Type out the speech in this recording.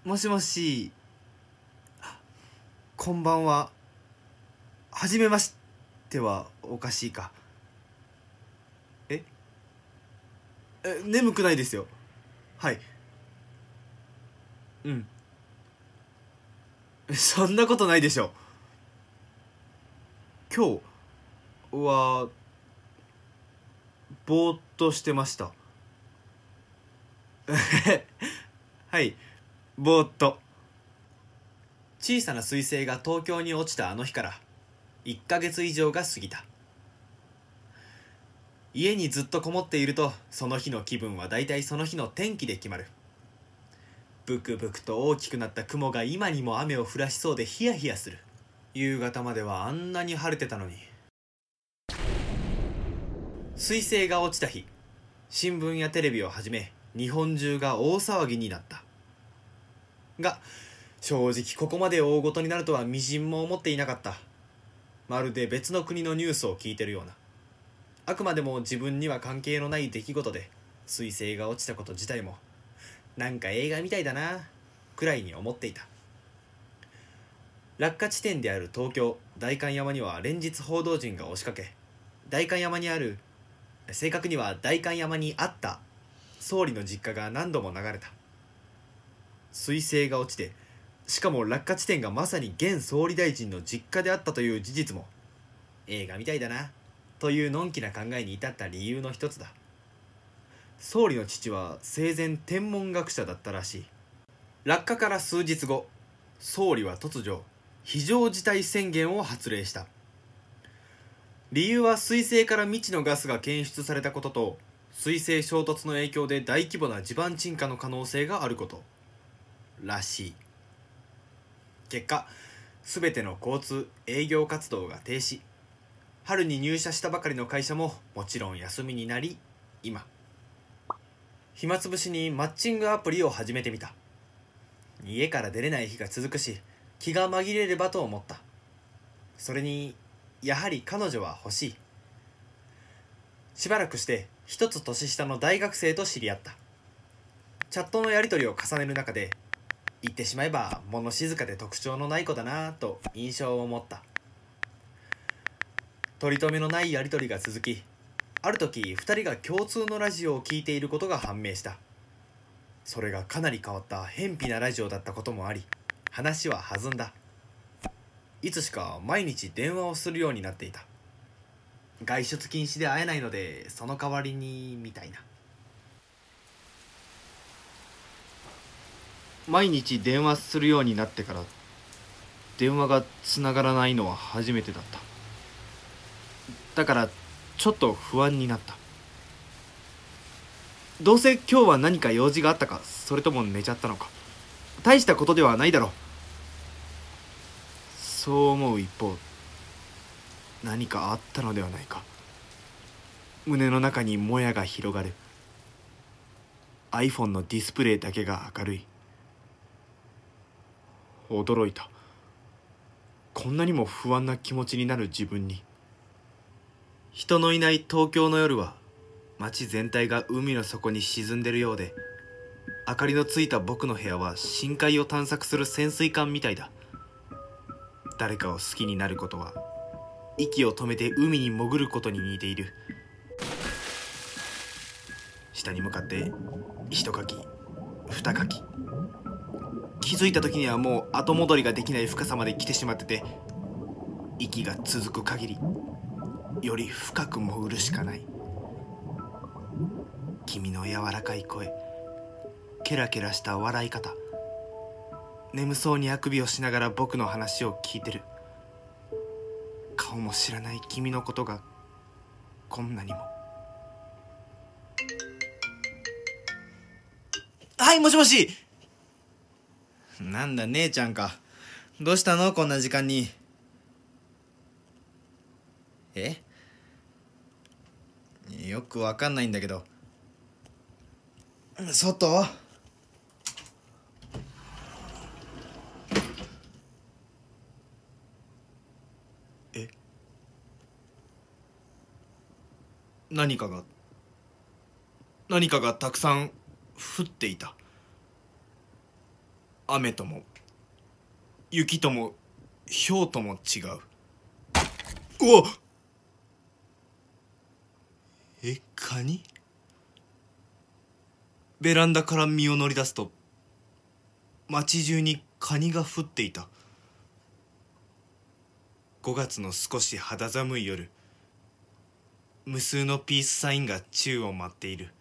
もしもし、こんばんは。はじめましてはおかしいか。え眠くないですよ。はい。うん。そんなことないでしょ。今日はぼーっとしてました。はい、ぼーっと。小さな彗星が東京に落ちたあの日から1ヶ月以上が過ぎた。家にずっとこもっていると、その日の気分はだいたいその日の天気で決まる。ブクブクと大きくなった雲が今にも雨を降らしそうでヒヤヒヤする。夕方まではあんなに晴れてたのに。彗星が落ちた日、新聞やテレビをはじめ日本中が大騒ぎになった。が、正直ここまで大ごとになるとはみじんも思っていなかった。まるで別の国のニュースを聞いてるような。あくまでも自分には関係のない出来事で、彗星が落ちたこと自体もなんか映画みたいだなくらいに思っていた。落下地点である東京代官山には連日報道陣が押しかけ、代官山にある、正確には代官山にあった総理の実家が何度も流れた。彗星が落ちて、しかも落下地点がまさに現総理大臣の実家であったという事実も映画みたいだなというのんきな考えに至った理由の一つだ。総理の父は生前天文学者だったらしい。落下から数日後、総理は突如非常事態宣言を発令した。理由は彗星から未知のガスが検出されたことと、彗星衝突の影響で大規模な地盤沈下の可能性があることらしい。結果、すべての交通・営業活動が停止。春に入社したばかりの会社ももちろん休みになり、今暇つぶしにマッチングアプリを始めてみた。家から出れない日が続くし、気が紛れればと思った。それにやはり彼女は欲しい。しばらくして一つ年下の大学生と知り合った。チャットのやり取りを重ねる中で、言ってしまえば物静かで特徴のない子だなぁと印象を持った。取り留めのないやり取りが続き、ある時二人が共通のラジオを聞いていることが判明した。それがかなり変わった偏僻なラジオだったこともあり、話は弾んだ。いつしか毎日電話をするようになっていた。外出禁止で会えないので、その代わりにみたいな。毎日電話するようになってから電話がつながらないのは初めてだった。だからちょっと不安になった。どうせ今日は何か用事があったか、それとも寝ちゃったのか。大したことではないだろう。そう思う一方、何かあったのではないか。胸の中にもやが広がる。 iPhone のディスプレイだけが明るい。驚いた。こんなにも不安な気持ちになる自分に。人のいない東京の夜は街全体が海の底に沈んでるようで、明かりのついた僕の部屋は深海を探索する潜水艦みたいだ。誰かを好きになることは息を止めて海に潜ることに似ている。下に向かって一かき二かき、気づいた時にはもう後戻りができない深さまで来てしまってて、息が続く限りより深く潜るしかない。君の柔らかい声、ケラケラした笑い方、眠そうにあくびをしながら僕の話を聞いてる。顔も知らない君のことがこんなにも。はい、もしもし。なんだ姉ちゃんか。どうしたのこんな時間に。え？よくわかんないんだけど。外？え？何かがたくさん降っていた。 雨とも雪とも氷とも違う。うわっ、カニ？ベランダから身を乗り出すと街中にカニが降っていた。5月の少し肌寒い夜、無数のピースサインが宙を舞っている。